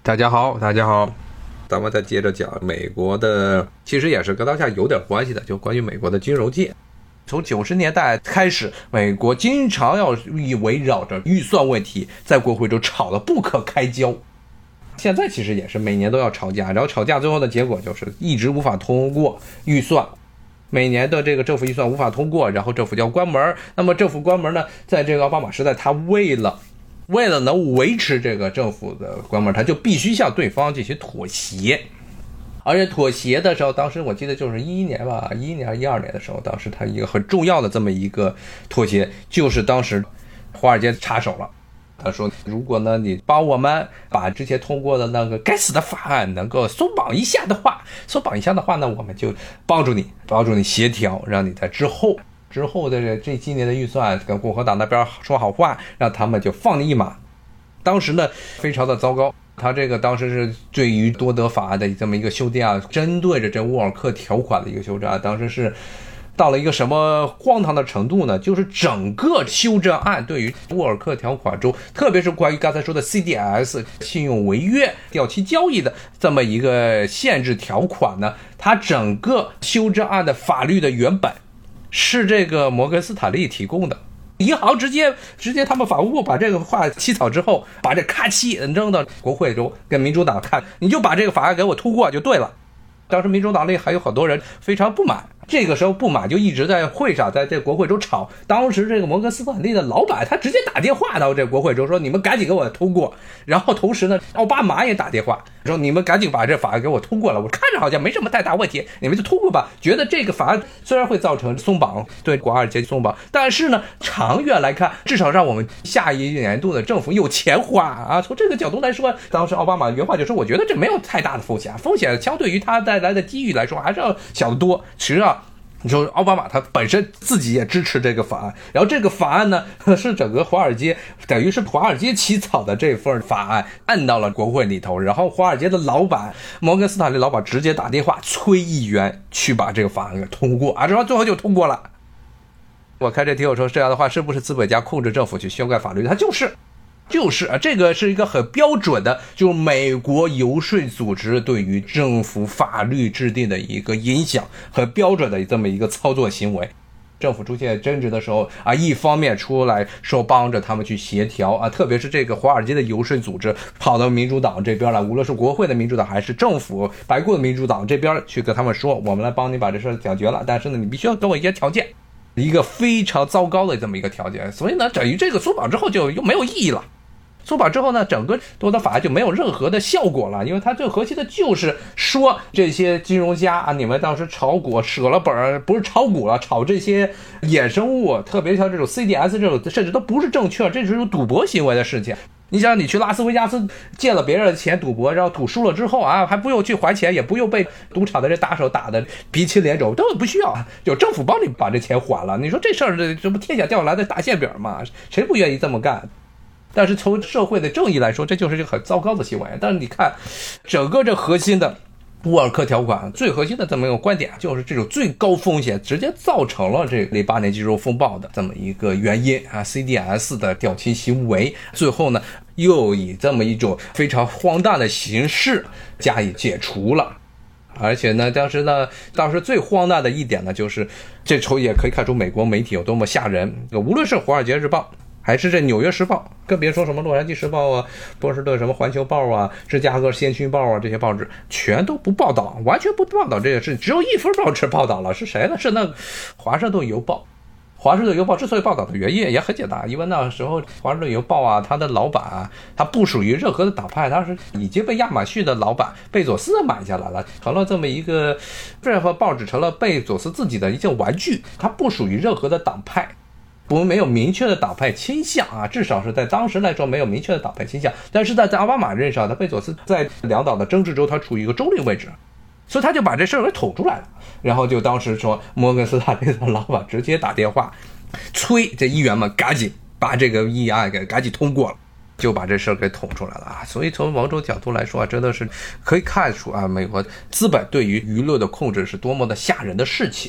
大家好，咱们再接着讲美国的，其实也是跟当下有点关系的，就关于美国的金融界。从90年代开始，美国经常要围绕着预算问题在国会中吵得不可开交。现在其实也是每年都要吵架，然后吵架最后的结果就是一直无法通过预算。每年的这个政府预算无法通过，然后政府就要关门。那么政府关门呢，在这个奥巴马时代，他为了能维持这个政府的关门，他就必须向对方进行妥协。而且妥协的时候，当时我记得就是11年吧，11年12年的时候，当时他一个很重要的这么一个妥协，就是当时华尔街插手了。他说，如果呢你帮我们把之前通过的那个该死的法案能够松绑一下的话呢，我们就帮助你协调，让你在之后的这今年的预算跟共和党那边说好话，让他们就放你一马。当时呢非常的糟糕，他这个当时是对于多德法案的这么一个修订啊，针对着这沃尔克条款的一个修正案，当时是到了一个什么荒唐的程度呢？就是整个修正案对于沃尔克条款中，特别是关于刚才说的 CDS 信用违约、掉期交易的这么一个限制条款呢，它整个修正案的法律的原本是这个摩根斯坦利提供的。银行直接他们法务部把这个话起草之后，把这咔嚓扔到国会中跟民主党看，你就把这个法案给我通过就对了。当时民主党内还有很多人非常不满，这个时候不满就一直在会上在这国会中吵。当时这个摩根斯坦利的老板他直接打电话到这国会中说，你们赶紧给我通过。然后同时呢，奥巴马也打电话说，你们赶紧把这法案给我通过了，我看着好像没什么太大问题，你们就通过吧。觉得这个法案虽然会造成松绑，对华尔街松绑，但是呢长远来看，至少让我们下一年度的政府有钱花啊。从这个角度来说，当时奥巴马原话就说，我觉得这没有太大的风险相对于他带来的机遇来说还是要小得多。其实啊，你说奥巴马他本身自己也支持这个法案，然后这个法案呢是整个华尔街，等于是华尔街起草的这份法案按到了国会里头，然后华尔街的老板摩根斯坦利老板直接打电话催议员去把这个法案给通过啊，然后最后就通过了。我看这听友说，这样的话是不是资本家控制政府去修改法律？他就是啊，这个是一个很标准的，就是美国游说组织对于政府法律制定的一个影响，很标准的这么一个操作行为。政府出现争执的时候啊，一方面出来说帮着他们去协调啊，特别是这个华尔街的游说组织跑到民主党这边来，无论是国会的民主党还是政府白宫的民主党这边去跟他们说，我们来帮你把这事解决了，但是呢，你必须要给我一些条件，一个非常糟糕的这么一个条件。所以呢，等于这个松绑之后就又没有意义了。松绑之后呢，整个多德法案就没有任何的效果了，因为它最核心的就是说这些金融家啊，你们当时炒股舍了本，不是炒股了，炒这些衍生物，特别像这种 CDS 这种，甚至都不是证券，这是种赌博行为的事情。你想，你去拉斯维加斯借了别人的钱赌博，然后赌输了之后啊，还不用去还钱，也不用被赌场的人打手打的鼻青脸肿，都不需要，就政府帮你把这钱还了。你说这事儿这不天下掉下来的大馅饼吗？谁不愿意这么干？但是从社会的正义来说，这就是一个很糟糕的行为。但是你看，整个这核心的沃尔克条款最核心的这么一个观点，就是这种最高风险直接造成了这个08年金融风暴的这么一个原因啊 ，CDS 的掉期行为，最后呢又以这么一种非常荒诞的形式加以解除了。而且呢，当时最荒诞的一点呢，就是这时候也可以看出美国媒体有多么吓人。无论是华尔街日报还是这纽约时报，更别说什么洛杉矶时报啊、波士顿什么环球报啊、芝加哥先驱报啊，这些报纸全都不报道，完全不报道这个事。只有一份报纸报道了，是谁呢？是那华盛顿邮报。华盛顿邮报之所以报道的原因也很简单，因为那时候华盛顿邮报啊，他的老板啊，他不属于任何的党派，他是已经被亚马逊的老板贝佐斯买下来了，成了这么一个，这份报纸成了贝佐斯自己的一件玩具，他不属于任何的党派。我们没有明确的党派倾向啊，至少是在当时来说没有明确的党派倾向。但是在奥巴马任上，他贝佐斯在两党的争执中，他处于一个中立位置，所以他就把这事儿给捅出来了。然后就当时说，摩根斯坦利的老板直接打电话催这议员们赶紧把这个议案给赶紧通过了，就把这事儿给捅出来了啊！所以从某种角度来说啊，真的是可以看出啊，美国资本对于舆论的控制是多么的吓人的事情。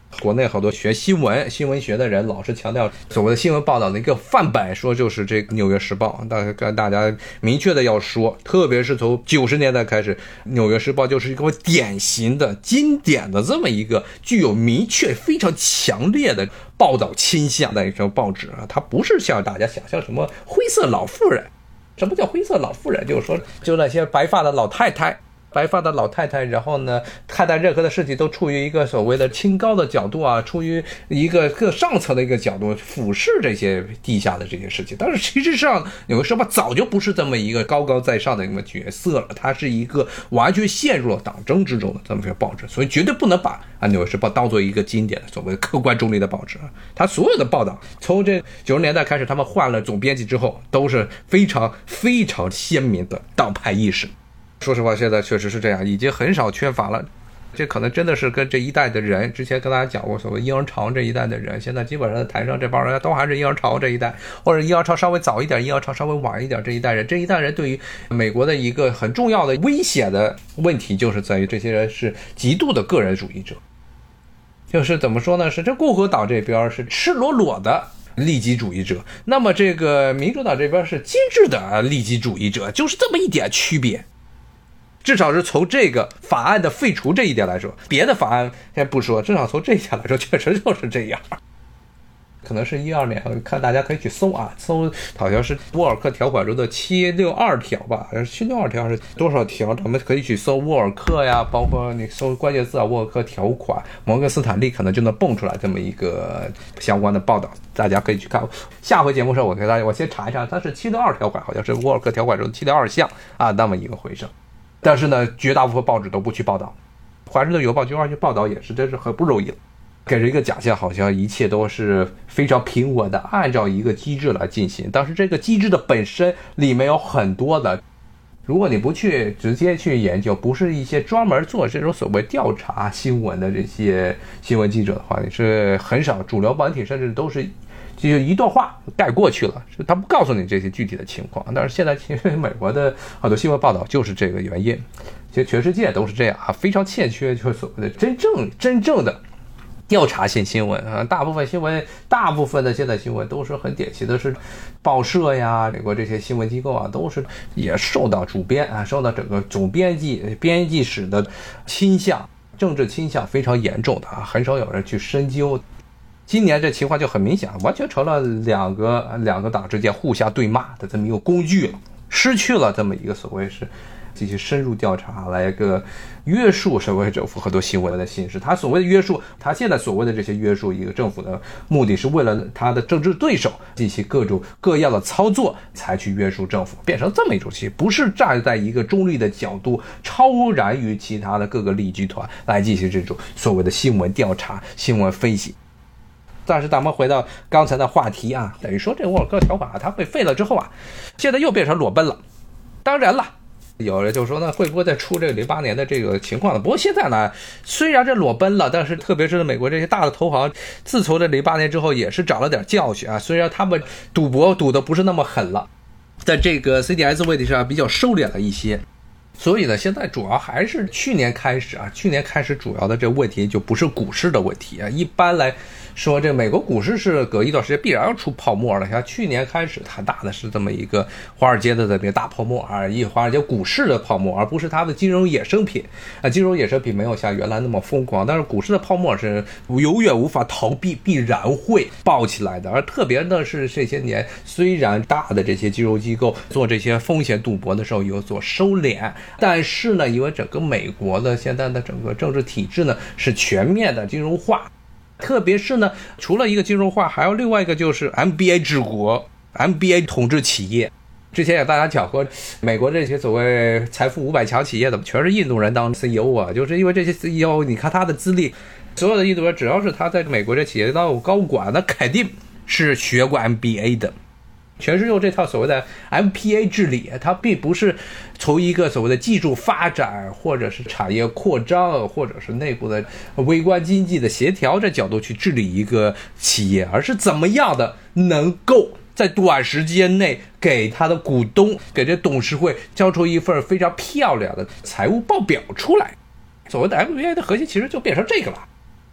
国内好多学新闻学的人老是强调所谓的新闻报道的一个范本，说就是这个《纽约时报》，跟大家明确的要说，特别是从90年代开始，《纽约时报》就是一个典型的经典的这么一个具有明确非常强烈的报道倾向的一种报纸啊，它不是像大家想象什么灰色老妇人。什么叫灰色老妇人？就是说就那些白发的老太太，然后呢，看待任何的事情都处于一个所谓的清高的角度啊，处于一个更上层的一个角度俯视这些地下的这些事情。但是其实上《纽约时报》早就不是这么一个高高在上的一个角色了，它是一个完全陷入了党争之中的这么一个报纸，所以绝对不能把《纽约时报》当做一个经典的所谓客观中立的报纸。它所有的报道从这90年代开始，他们换了总编辑之后，都是非常非常鲜明的党派意识。说实话，现在确实是这样，已经很少缺乏了。这可能真的是跟这一代的人，之前跟大家讲过，所谓婴儿潮这一代的人，现在基本上在台上这帮人都还是婴儿潮这一代，或者婴儿潮稍微早一点，婴儿潮稍微晚一点这一代人。这一代人对于美国的一个很重要的危险的问题，就是在于这些人是极度的个人主义者，就是怎么说呢？是这共和党这边是赤裸裸的利己主义者，那么这个民主党这边是精致的利己主义者，就是这么一点区别。至少是从这个法案的废除这一点来说，别的法案先不说，至少从这一点来说，确实就是这样。可能是12年，看大家可以去搜啊，搜好像是沃尔克条款中的762条吧，762条是多少条？咱们可以去搜沃尔克呀，包括你搜关键字啊，沃尔克条款，摩根斯坦利可能就能蹦出来这么一个相关的报道，大家可以去看。下回节目上我给大家，我先查一下，它是762条款，好像是沃尔克条款中的762项啊，那么一个回声。但是呢，绝大部分报纸都不去报道，华盛顿邮报就要去报道，也是真是很不容易了，给人一个假象，好像一切都是非常平稳的，按照一个机制来进行。但是这个机制的本身里面有很多的，如果你不去直接去研究，不是一些专门做这种所谓调查新闻的这些新闻记者的话，你是很少，主流媒体甚至都是就一段话盖过去了，他不告诉你这些具体的情况。但是现在其实美国的很多新闻报道就是这个原因，其实全世界都是这样啊，非常欠缺就是所谓的真正的调查性新闻啊。大部分的现在新闻都是很典型的是报社呀，美国这些新闻机构啊，都是也受到主编啊，受到整个总编辑室的倾向，政治倾向非常严重的啊，很少有人去深究。今年这情况就很明显，完全成了两个党之间互相对骂的这么一个工具了，失去了这么一个所谓是进行深入调查来一个约束社会政府很多新闻的形式。他所谓的约束，他现在所谓的这些约束一个政府的目的是为了他的政治对手进行各种各样的操作才去约束政府，变成这么一种戏，不是站在一个中立的角度超然于其他的各个利益集团来进行这种所谓的新闻调查新闻分析。但是咱们回到刚才的话题啊，等于说这沃尔克条款它被废了之后啊，现在又变成裸奔了。当然了，有人就说呢，会不会再出这个08年的这个情况呢？不过现在呢，虽然这裸奔了，但是特别是美国这些大的投行，自从这08年之后也是长了点教训啊。虽然他们赌博赌的不是那么狠了，在这个 CDS 问题上比较收敛了一些。所以呢，现在主要还是去年开始主要的这个问题就不是股市的问题啊。一般来说，这美国股市是隔一段时间必然要出泡沫了。像去年开始它大的是这么一个华尔街的这个大泡沫而已，华尔街股市的泡沫，而不是它的金融衍生品啊。金融衍生品没有像原来那么疯狂，但是股市的泡沫是永远无法逃避，必然会爆起来的。而特别的是这些年，虽然大的这些金融机构做这些风险赌博的时候有所收敛，但是呢，因为整个美国的现在的整个政治体制呢是全面的金融化，特别是呢，除了一个金融化，还有另外一个就是 MBA 治国 ，MBA 统治企业。之前也大家讲过，美国这些所谓财富500强企业的全是印度人当 CEO 啊，就是因为这些 CEO， 你看他的资历，所有的印度人只要是他在美国这企业当有高管，那肯定是学过 MBA 的。全是用这套所谓的 MPA 治理，它并不是从一个所谓的技术发展或者是产业扩张或者是内部的微观经济的协调这角度去治理一个企业，而是怎么样的能够在短时间内给他的股东给这董事会交出一份非常漂亮的财务报表出来。所谓的 MPA 的核心其实就变成这个了。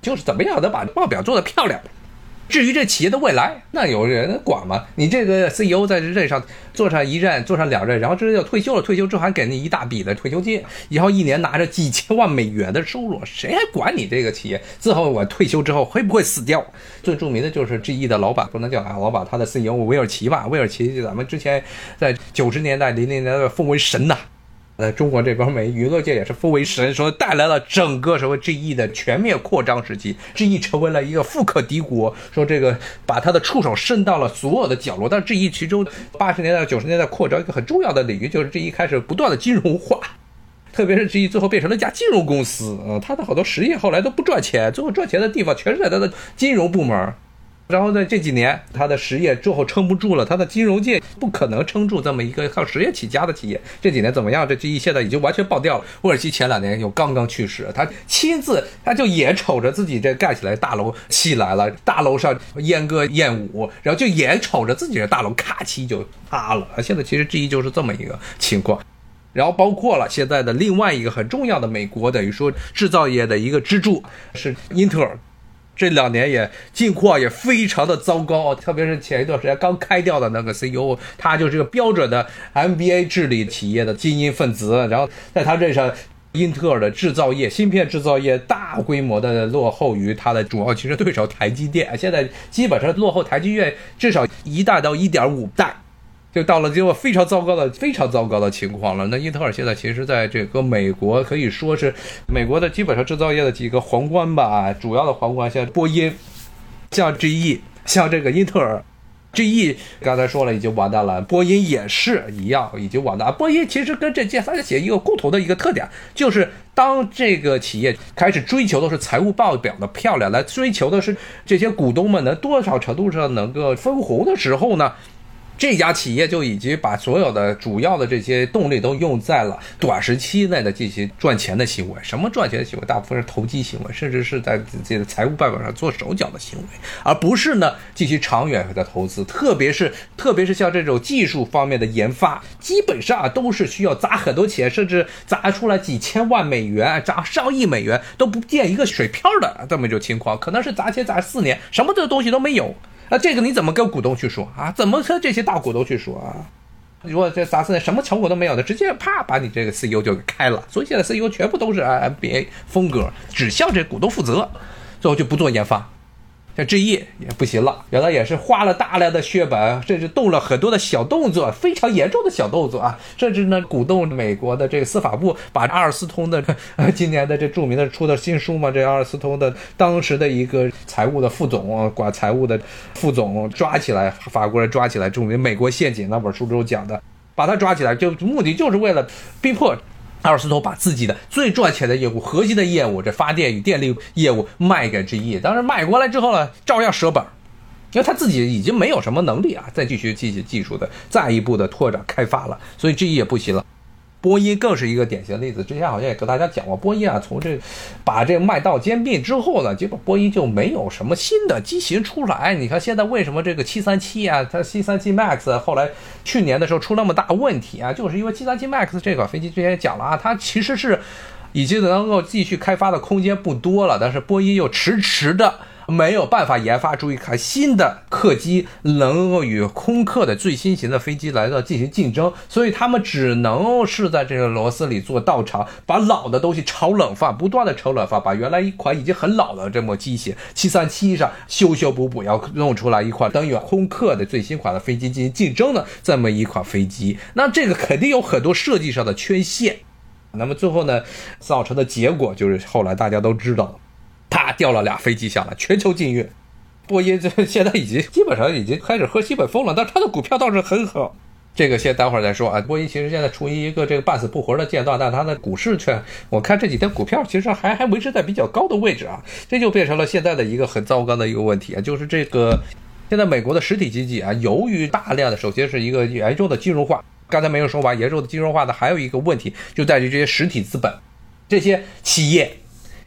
就是怎么样能把报表做得漂亮。至于这企业的未来，那有人管吗？你这个 CEO 在任上做上一任，做上2任，然后这就退休了，退休之后还给你一大笔的退休金，以后1年拿着几千万美元的收入，谁还管你这个企业？之后我退休之后会不会死掉？最著名的就是 GE 的老板，不能叫老板，他的 CEO 韦尔奇吧。韦尔奇咱们之前在90年代、00年代奉为神呐。中国这边娱乐界也是奉为神，说带来了整个什么 GE 的全面扩张时期 ，GE 成为了一个富可敌国，说这个把他的触手伸到了所有的角落。但是 GE 其中80年代、90年代扩张一个很重要的领域，就是 GE 开始不断的金融化，特别是 GE 最后变成了一家金融公司，他的好多实业后来都不赚钱，最后赚钱的地方全是在他的金融部门。然后在这几年他的实业最后撑不住了，他的金融界不可能撑住这么一个靠实业起家的企业。这几年怎么样？这 GE 现在已经完全爆掉了。沃尔奇前2年又刚刚去世，他亲自他就眼瞅着自己这盖起来大楼起来了，大楼上阉割燕舞，然后就眼瞅着自己的大楼咔嚓就塌了。现在其实 GE 就是这么一个情况。然后包括了现在的另外一个很重要的美国等于说制造业的一个支柱是英特尔。这2年也境况也非常的糟糕，特别是前一段时间刚开掉的那个 CEO， 他就是个标准的 MBA 治理企业的精英分子，然后在他任上，英特尔的制造业、芯片制造业大规模的落后于它的主要竞争对手台积电，现在基本上落后台积电至少1代到 1.5 代。就到了结果非常糟糕的情况了。那英特尔现在其实在这个美国可以说是美国的基本上制造业的几个皇冠吧，主要的皇冠像波音、像 GE、像这个英特尔。GE 刚才说了已经完蛋了，波音也是一样已经完蛋。波音其实跟这三家企业一个共同的一个特点，就是当这个企业开始追求的是财务报表的漂亮，来追求的是这些股东们能多少程度上能够分红的时候呢，这家企业就已经把所有的主要的这些动力都用在了短时期内的这些赚钱的行为。什么赚钱的行为？大部分是投机行为，甚至是在这个财务报表上做手脚的行为，而不是呢进行长远的投资。特别是像这种技术方面的研发，基本上都是需要砸很多钱，甚至砸出来几千万美元、砸上亿美元都不见一个水漂的这么一种情况，可能是砸钱砸4年，什么这东西都没有。这个你怎么跟股东去说啊？怎么跟这些大股东去说啊？如果这砸4年什么成果都没有的，直接啪把你这个 CEO 就给开了。所以现在 CEO 全部都是 MBA 风格，只向这股东负责，最后就不做研发。像 GE 也不行了，原来也是花了大量的血本，甚至动了很多的小动作，非常严重的小动作啊，甚至呢鼓动美国的这个司法部把阿尔斯通的今年的这著名的出的新书嘛，这阿尔斯通的当时的一个财务的副总，管财务的副总抓起来，法国人抓起来，著名美国陷阱那本书中讲的，把他抓起来就目的就是为了逼迫阿尔斯通把自己的最赚钱的业务、核心的业务，这发电与电力业务卖给 GE， 当然卖过来之后呢，照样舍本，因为他自己已经没有什么能力啊，再继续技术的再一步的拓展开发了，所以 GE 也不行了。波音更是一个典型例子，之前好像也跟大家讲过，波音啊，从把这个麦道兼并之后呢，结果波音就没有什么新的机型出来。你看现在为什么这个737啊，它737 MAX 后来去年的时候出那么大问题啊，就是因为737 MAX 这款飞机之前也讲了啊，它其实是已经能够继续开发的空间不多了，但是波音又迟的没有办法研发出一款新的客机能够与空客的最新型的飞机来到进行竞争，所以他们只能是在这个螺丝里做道场，把老的东西炒冷饭，不断的炒冷饭，把原来一款已经很老的这么机型737上修补，要弄出来一款能与空客的最新款的飞机进行竞争的这么一款飞机。那这个肯定有很多设计上的缺陷，那么最后呢造成的结果就是后来大家都知道，他掉了2飞机下来，全球禁运。波音现在基本上已经开始喝西北风了，但他的股票倒是很好。这个先待会儿再说啊。波音其实现在处于一个这个半死不活的阶段，但它的股市却，我看这几天股票其实还维持在比较高的位置啊。这就变成了现在的一个很糟糕的一个问题啊，就是这个现在美国的实体经济啊，由于大量的首先是一个严重的金融化，刚才没有说完，严重的金融化的还有一个问题就在于这些实体资本，这些企业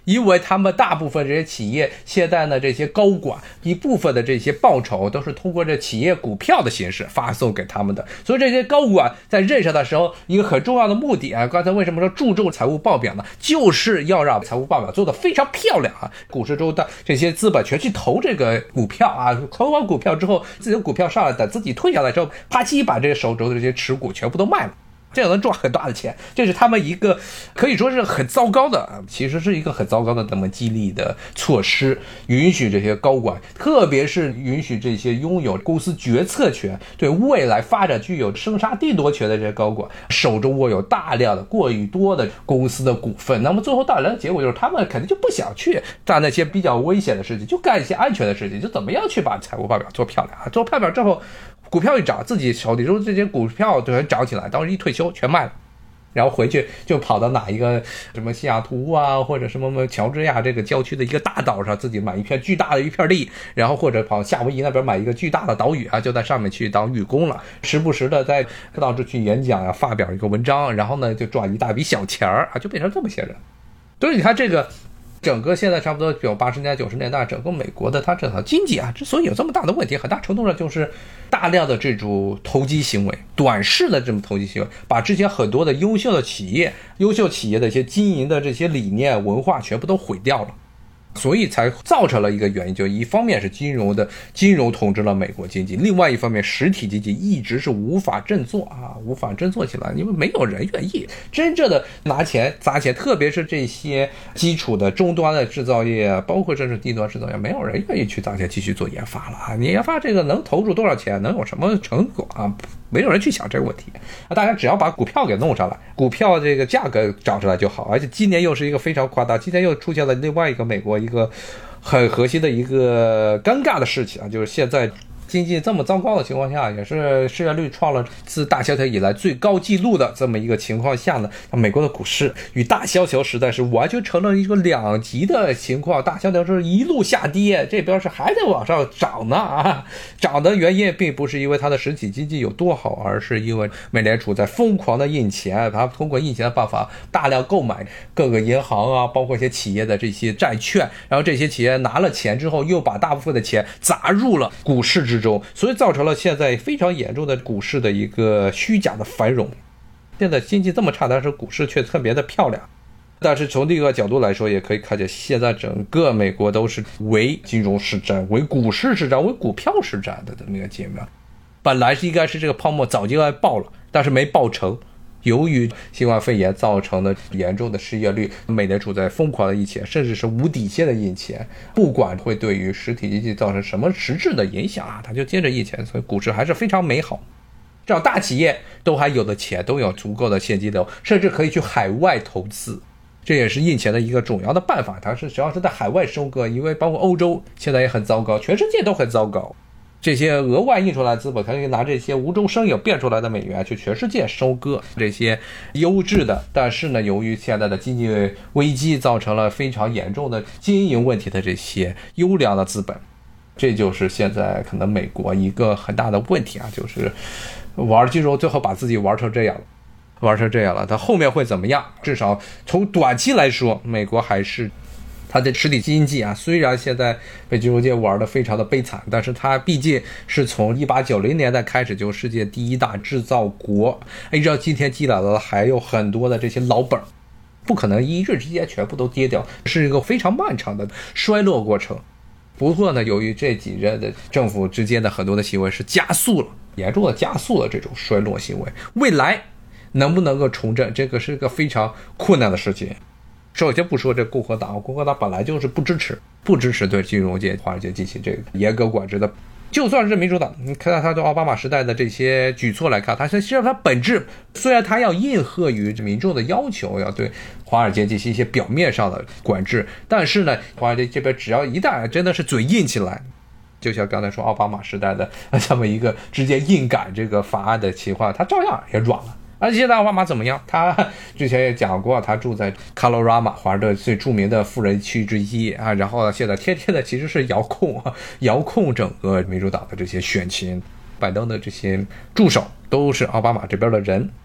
因为他们大部分这些企业现在呢，这些高管一部分的这些报酬都是通过这企业股票的形式发送给他们的，所以这些高管在任上的时候，一个很重要的目的啊，刚才为什么说注重财务报表呢？就是要让财务报表做得非常漂亮啊，股市中的这些资本全去投这个股票啊，投完股票之后，自己的股票上来，等自己退下来之后，啪叽把这个手中的这些持股全部都卖了。这样能赚很大的钱，这是他们一个可以说是很糟糕的，其实是一个很糟糕的这么激励的措施，允许这些高管，特别是允许这些拥有公司决策权、对未来发展具有生杀定夺权的这些高管，手中握有大量的过于多的公司的股份，那么最后带来的结果就是他们肯定就不想去干那些比较危险的事情，就干一些安全的事情，就怎么样去把财务报表做漂亮啊，做漂亮之后。股票一涨，自己手里中这些股票就涨起来，当时一退休全卖了，然后回去就跑到哪一个什么西雅图啊，或者什么乔治亚这个郊区的一个大岛上，自己买一片巨大的一片地，然后或者跑夏威夷那边买一个巨大的岛屿啊，就在上面去当寓工了，时不时的在到处去演讲啊，发表一个文章，然后呢就赚一大笔小钱啊，就变成这么些人。所以你看这个。整个现在差不多80年代90年代，整个美国的它这套经济啊，之所以有这么大的问题，很大程度上就是大量的这种投机行为，短视的这种投机行为，把之前很多的优秀企业的一些经营的这些理念文化全部都毁掉了。所以才造成了一个原因，就一方面是金融统治了美国经济，另外一方面实体经济一直是无法振作起来，因为没有人愿意真正的拿钱砸钱，特别是这些基础的终端的制造业，包括甚至低端制造业，没有人愿意去砸钱继续做研发了啊！你研发这个能投入多少钱，能有什么成果啊？没有人去想这个问题啊！大家只要把股票给弄上来，股票这个价格涨上来就好。而且今年又是一个非常夸大，今年又出现了另外一个美国一个很核心的一个尴尬的事情啊，就是现在经济这么糟糕的情况下，也是失业率创了自大萧条以来最高纪录的这么一个情况下呢，美国的股市与大萧条时代是完全成了一个两极的情况。大萧条是一路下跌，这边是还在往上涨呢啊！涨的原因并不是因为它的实体经济有多好，而是因为美联储在疯狂的印钱，它通过印钱的办法大量购买各个银行啊，包括一些企业的这些债券，然后这些企业拿了钱之后，又把大部分的钱砸入了股市之中，所以造成了现在非常严重的股市的一个虚假的繁荣。现在经济这么差，但是股市却特别的漂亮。但是从另一个角度来说，也可以看见现在整个美国都是为金融市占、为股市市占、为股票市占的这么一个界面。本来是应该是这个泡沫早就该爆了，但是没爆成。由于新冠肺炎造成的严重的失业率，美联储在疯狂的印钱，甚至是无底线的印钱，不管会对于实体经济造成什么实质的影响啊，它就接着印钱，所以股市还是非常美好。这样大企业都还有的钱，都有足够的现金流，甚至可以去海外投资。这也是印钱的一个重要的办法，它是只要是在海外收割，因为包括欧洲现在也很糟糕，全世界都很糟糕。这些额外印出来的资本可以拿这些无中生有变出来的美元去全世界收割这些优质的，但是呢，由于现在的经济危机造成了非常严重的经营问题的这些优良的资本，这就是现在可能美国一个很大的问题啊，就是玩金融最后把自己玩成这样了，它后面会怎么样？至少从短期来说，美国还是它的实体经济啊，虽然现在被金融界玩得非常的悲惨，但是它毕竟是从1890年代开始就世界第一大制造国，一直到今天积累了还有很多的这些老本，不可能一日之间全部都跌掉，是一个非常漫长的衰落过程。不过呢，由于这几任的政府之间的很多的行为是严重的加速了这种衰落行为，未来能不能够重振，这个是个非常困难的事情。首先不说这共和党本来就是不支持对金融界、华尔街进行这个严格管制的。就算是民主党，你看他对奥巴马时代的这些举措来看，他实际上他本质虽然他要应和于民众的要求，要对华尔街进行一些表面上的管制，但是呢，华尔街这边只要一旦真的是嘴硬起来，就像刚才说奥巴马时代的这么一个直接硬赶这个法案的情况，他照样也软了。而且现在奥巴马怎么样？他之前也讲过，他住在卡罗拉玛，华盛顿最著名的富人区之一啊。然后现在天天的其实是遥控整个民主党的这些选情，拜登的这些助手都是奥巴马这边的人。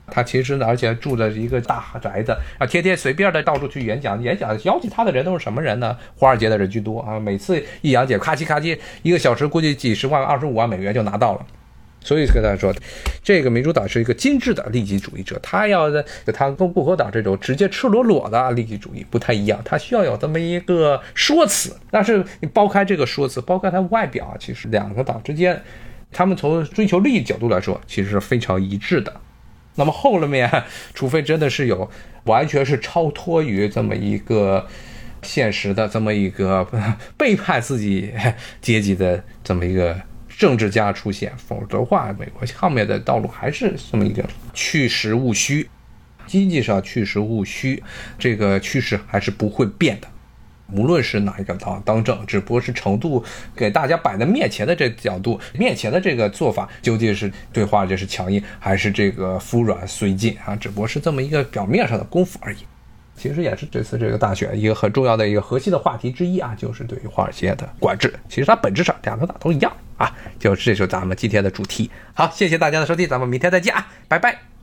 他其实呢，而且住着一个大宅子啊，天天随便的到处去演讲，邀请他的人都是什么人呢？华尔街的人居多啊，每次一演讲，咔叽咔叽，1个小时估计几十万、25万美元就拿到了。所以跟大家说，这个民主党是一个精致的利己主义者，他跟共和党这种直接赤裸裸的利己主义不太一样，他需要有这么一个说辞。但是你剥开这个说辞，剥开他外表，其实两个党之间，他们从追求利益角度来说，其实是非常一致的。那么后面，除非真的是有完全是超脱于这么一个现实的这么一个背叛自己阶级的这么一个政治家出现，否则的话，美国后面的道路还是这么一个去实务虚，经济上去实务虚，这个趋势还是不会变的。无论是哪一个党当政，只不过是程度给大家摆在面前的这角度，面前的这个做法究竟是对华尔街是强硬，还是这个服软绥靖啊？只不过是这么一个表面上的功夫而已。其实也是这次这个大选一个很重要的一个核心的话题之一啊，就是对于华尔街的管制。其实它本质上两个党都一样啊，这就是咱们今天的主题。好，谢谢大家的收听，咱们明天再见啊，拜拜。